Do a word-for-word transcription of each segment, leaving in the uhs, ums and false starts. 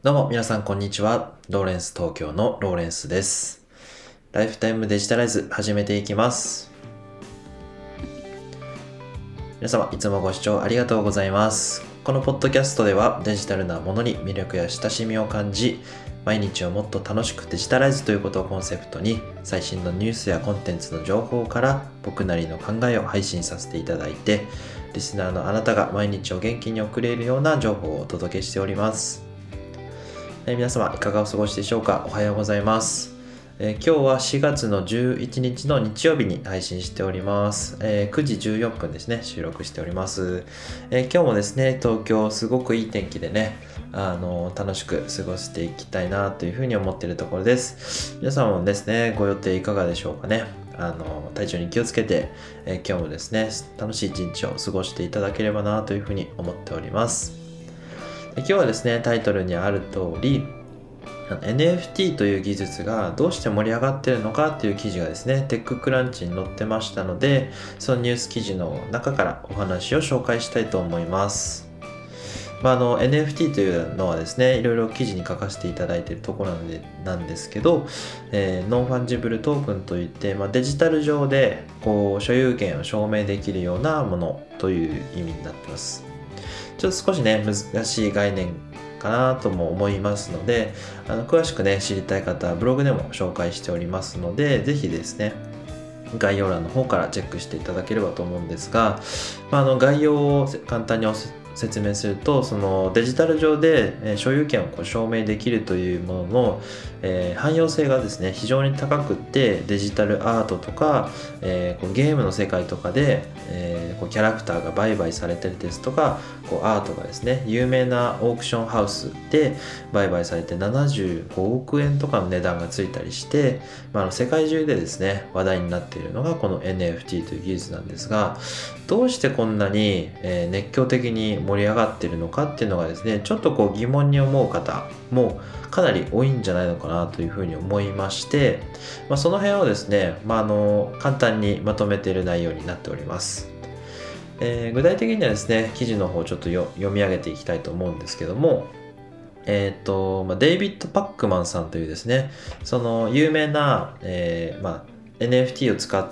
どうも皆さんこんにちは。ローレンス東京のローレンスです。ライフタイムデジタライズ始めていきます。皆様いつもご視聴ありがとうございます。このポッドキャストではデジタルなものに魅力や親しみを感じ、毎日をもっと楽しくデジタライズということをコンセプトに、最新のニュースやコンテンツの情報から僕なりの考えを配信させていただいて、リスナーのあなたが毎日を元気に送れるような情報をお届けしております。えー、皆様いかがお過ごしでしょうか。おはようございます。えー、今日はしがつのじゅういちにちの日曜日に配信しております。えー、くじじゅうよんぷんですね、収録しております。えー、今日もですね、東京すごくいい天気でね、あのー、楽しく過ごしていきたいなというふうに思っているところです。皆さんもですね、ご予定いかがでしょうかね。あのー、体調に気をつけて、えー、今日もですね、楽しい一日を過ごしていただければなというふうに思っております。今日はですね、タイトルにある通り エヌエフティー という技術がどうして盛り上がっているのかという記事がですね、テッククランチに載ってましたので、そのニュース記事の中からお話を紹介したいと思います。まあ、あの エヌエフティー というのはですね、いろいろ記事に書かせていただいているところなんでなんですけど、えー、ノンファンジブルトークンといって、まあ、デジタル上でこう所有権を証明できるようなものという意味になっています。ちょっと少しね、難しい概念かなとも思いますので、あの詳しくね、知りたい方はブログでも紹介しておりますので、ぜひですね、概要欄の方からチェックしていただければと思うんですが、まあ、あの概要を簡単にお説明すると、そのデジタル上で、えー、所有権をこう証明できるというものの、えー、汎用性がですね非常に高くって、デジタルアートとか、えー、こうゲームの世界とかで、えー、こうキャラクターが売買されてるですとか、こうアートがですね有名なオークションハウスで売買されてななじゅうごおくえんとかの値段がついたりして、まあ、あの世界中でですね話題になっているのがこの エヌエフティー という技術なんですが、どうしてこんなに、えー、熱狂的に盛り上がっているのかっていうのがですね、ちょっとこう疑問に思う方もかなり多いんじゃないのかなというふうに思いまして、まあ、その辺をですね、まあ、あの簡単にまとめている内容になっております。えー、具体的にはですね、記事の方ちょっとよ読み上げていきたいと思うんですけども、えっ、ー、と、まあ、デイビッド・パックマンさんというですね、その有名な、えーまあ、エヌエフティー を使った、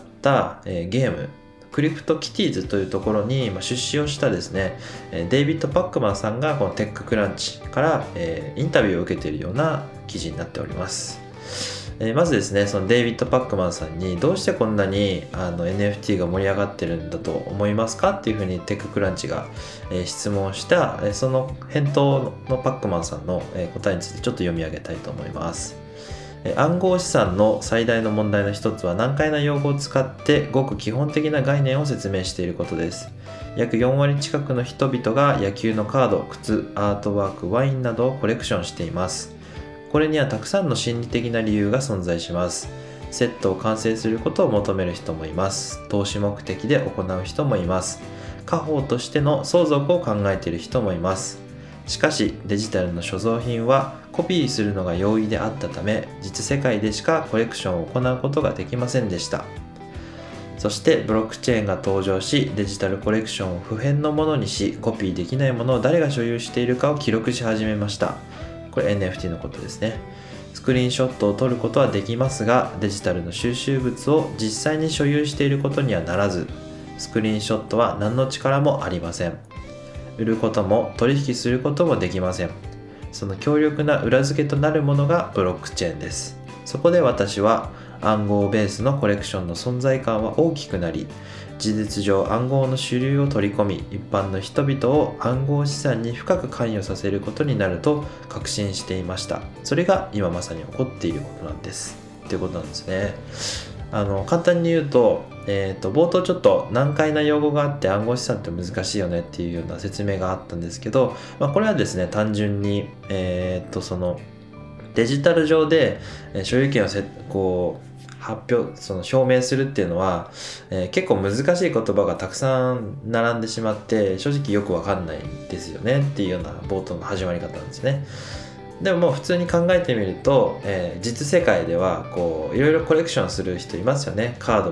えー、ゲーム、クリプトキティーズというところに、まあ、出資をしたですね、デイビッド・パックマンさんがこのテッククランチから、えー、インタビューを受けているような記事になっております。えー、まずですね、そのデイビッド・パックマンさんにどうしてこんなにあの エヌエフティー が盛り上がってるんだと思いますかっていうふうにテッククランチが、えー、質問した、えー、その返答のパックマンさんの、えー、答えについてちょっと読み上げたいと思います。暗号資産の最大の問題の一つは難解な用語を使ってごく基本的な概念を説明していることです。約よんわり近くの人々が野球のカード、靴、アートワーク、ワインなどをコレクションしています。これにはたくさんの心理的な理由が存在します。セットを完成することを求める人もいます。投資目的で行う人もいます。家宝としての相続を考えている人もいます。しかしデジタルの所蔵品はコピーするのが容易であったため、実世界でしかコレクションを行うことができませんでした。そしてブロックチェーンが登場し、デジタルコレクションを不変のものにし、コピーできないものを誰が所有しているかを記録し始めました。これ エヌエフティー のことですね。スクリーンショットを撮ることはできますが、デジタルの収集物を実際に所有していることにはならず、スクリーンショットは何の力もありません。売ることも取引することもできません。その強力な裏付けとなるものがブロックチェーンです。そこで私は暗号ベースのコレクションの存在感は大きくなり、事実上暗号の主流を取り込み、一般の人々を暗号資産に深く関与させることになると確信していました。それが今まさに起こっていることなんですということなんですね。あの簡単に言うと、えーと、冒頭ちょっと難解な用語があって暗号資産って難しいよねっていうような説明があったんですけど、まあ、これはですね単純に、えーと、そのデジタル上で所有権をせこう発表その証明するっていうのは、えー、結構難しい言葉がたくさん並んでしまって正直よくわかんないんですよねっていうような冒頭の始まり方なんですね。でももう普通に考えてみると、えー、実世界ではこういろいろコレクションする人いますよね。カードも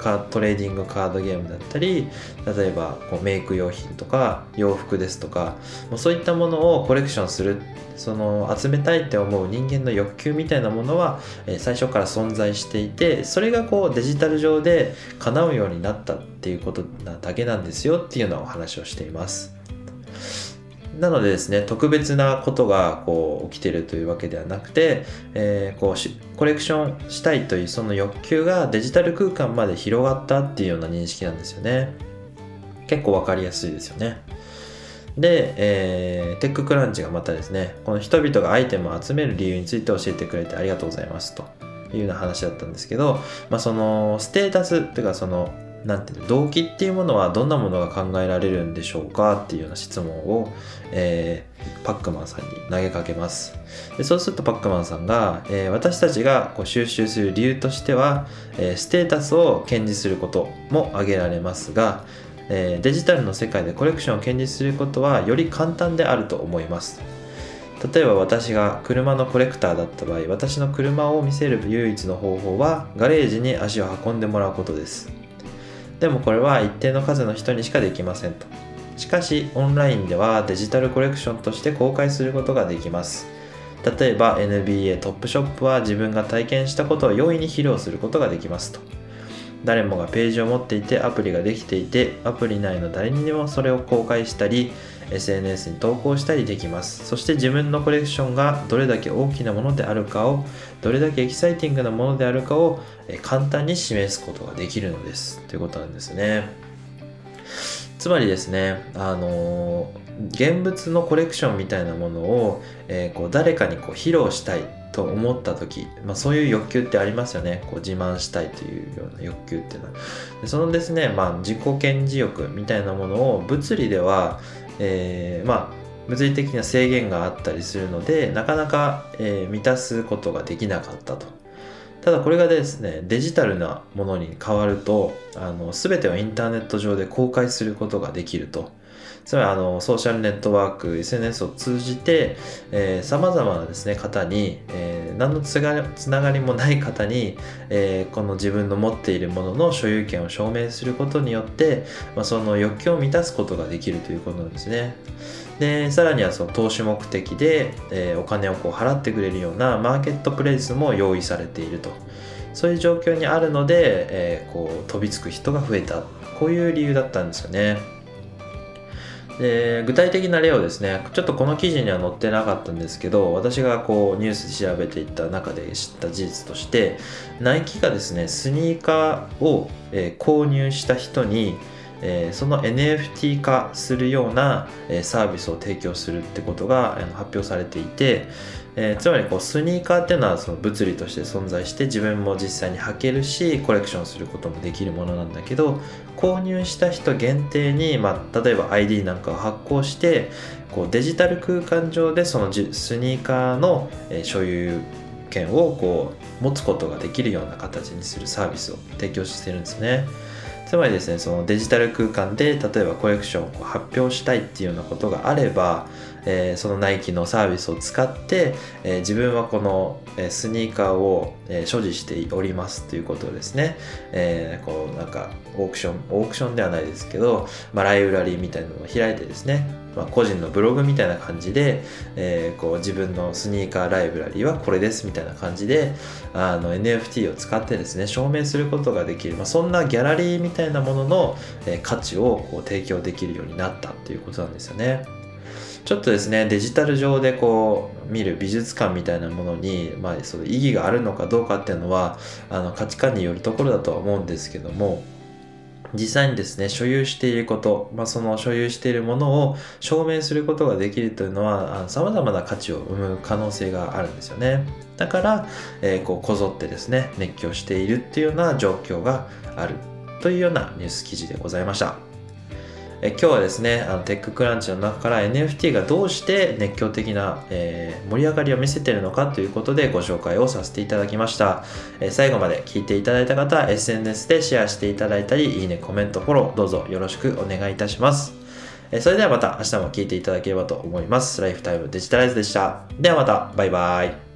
カトレーディングカードゲームだったり、例えばこうメイク用品とか洋服ですとか、もうそういったものをコレクションする、その集めたいって思う人間の欲求みたいなものは、えー、最初から存在していて、それがこうデジタル上で叶うようになったっていうことなだけなんですよっていうようなお話をしています。なのでですね、特別なことがこう起きているというわけではなくて、えー、こうしコレクションしたいというその欲求がデジタル空間まで広がったっていうような認識なんですよね。結構わかりやすいですよね。で、えー、テッククランチがまたですね、この人々がアイテムを集める理由について教えてくれてありがとうございますというような話だったんですけど、まあ、そのステータスっていうか、そのなんていうの、動機っていうものはどんなものが考えられるんでしょうかっていうような質問を、えー、パックマンさんに投げかけます。でそうするとパックマンさんが、えー、私たちがこう収集する理由としては、えー、ステータスを堅持することも挙げられますが、えー、デジタルの世界でコレクションを堅持することはより簡単であると思います。例えば私が車のコレクターだった場合、私の車を見せる唯一の方法はガレージに足を運んでもらうことです。でもこれは一定の数の人にしかできませんと。しかしオンラインではデジタルコレクションとして公開することができます。例えば エヌビーエー トップショップは自分が体験したことを容易に披露することができますと。誰もがページを持っていてアプリができていて、アプリ内の誰にでもそれを公開したり エスエヌエス に投稿したりできます。そして自分のコレクションがどれだけ大きなものであるかを、どれだけエキサイティングなものであるかを簡単に示すことができるのですということなんですね。つまりですね、あの現物のコレクションみたいなものを、えー、こう誰かにこう披露したいと思った時、まあ、そういう欲求ってありますよね。こう自慢したいというような欲求っていうのは。でそのですね、まあ、自己顕示欲みたいなものを物理では、えー、まあ物理的な制限があったりするので、なかなか、えー、満たすことができなかったと。ただこれがですね、デジタルなものに変わると、あの全てをインターネット上で公開することができると。つまりあのソーシャルネットワーク エスエヌエス を通じてさまざまなですね方に、えー、何のつがつながりもない方に、えー、この自分の持っているものの所有権を証明することによって、まあ、その欲求を満たすことができるということなんですね。でさらにはその投資目的で、えー、お金をこう払ってくれるようなマーケットプレイスも用意されていると。そういう状況にあるので、えー、こう飛びつく人が増えた、こういう理由だったんですよね。で具体的な例をですね、ちょっとこの記事には載ってなかったんですけど、私がこうニュースで調べていった中で知った事実として、ナイキがですねスニーカーを、えー、購入した人に、えー、その エヌエフティー 化するような、えー、サービスを提供するってことが、えー、発表されていて、えー、つまりこうスニーカーっていうのはその物理として存在して、自分も実際に履けるしコレクションすることもできるものなんだけど、購入した人限定に、まあ、例えば アイディー なんかを発行してこうデジタル空間上でそのスニーカーの、えー、所有権をこう持つことができるような形にするサービスを提供してるんですね。つまりですね、そのデジタル空間で例えばコレクションを発表したいっていうようなことがあれば、えー、そのナイキのサービスを使って、えー、自分はこの、えー、スニーカーを、えー、所持しておりますということをですね、えー、こうなんかオークションオークションではないですけど、まあ、ライブラリーみたいなのを開いてですね、まあ、個人のブログみたいな感じで、えー、こう自分のスニーカーライブラリーはこれですみたいな感じであの エヌエフティー を使ってですね証明することができる、まあ、そんなギャラリーみたいなものの、えー、価値をこう提供できるようになったということなんですよね。ちょっとですねデジタル上でこう見る美術館みたいなものに、まあ、その意義があるのかどうかっていうのはあの価値観によるところだとは思うんですけども、実際にですね所有していること、まあ、その所有しているものを証明することができるというのはさまざまな価値を生む可能性があるんですよね。だから、えー、こうこぞってですね熱狂しているっていうような状況があるというようなニュース記事でございました。え今日はですねあのテッククランチの中から エヌエフティー がどうして熱狂的な、えー、盛り上がりを見せているのかということでご紹介をさせていただきました。えー、最後まで聞いていただいた方は エスエヌエス でシェアしていただいたりいいねコメントフォローどうぞよろしくお願いいたします。えー、それではまた明日も聞いていただければと思います。ライフタイムデジタライズでした。ではまたバイバイ。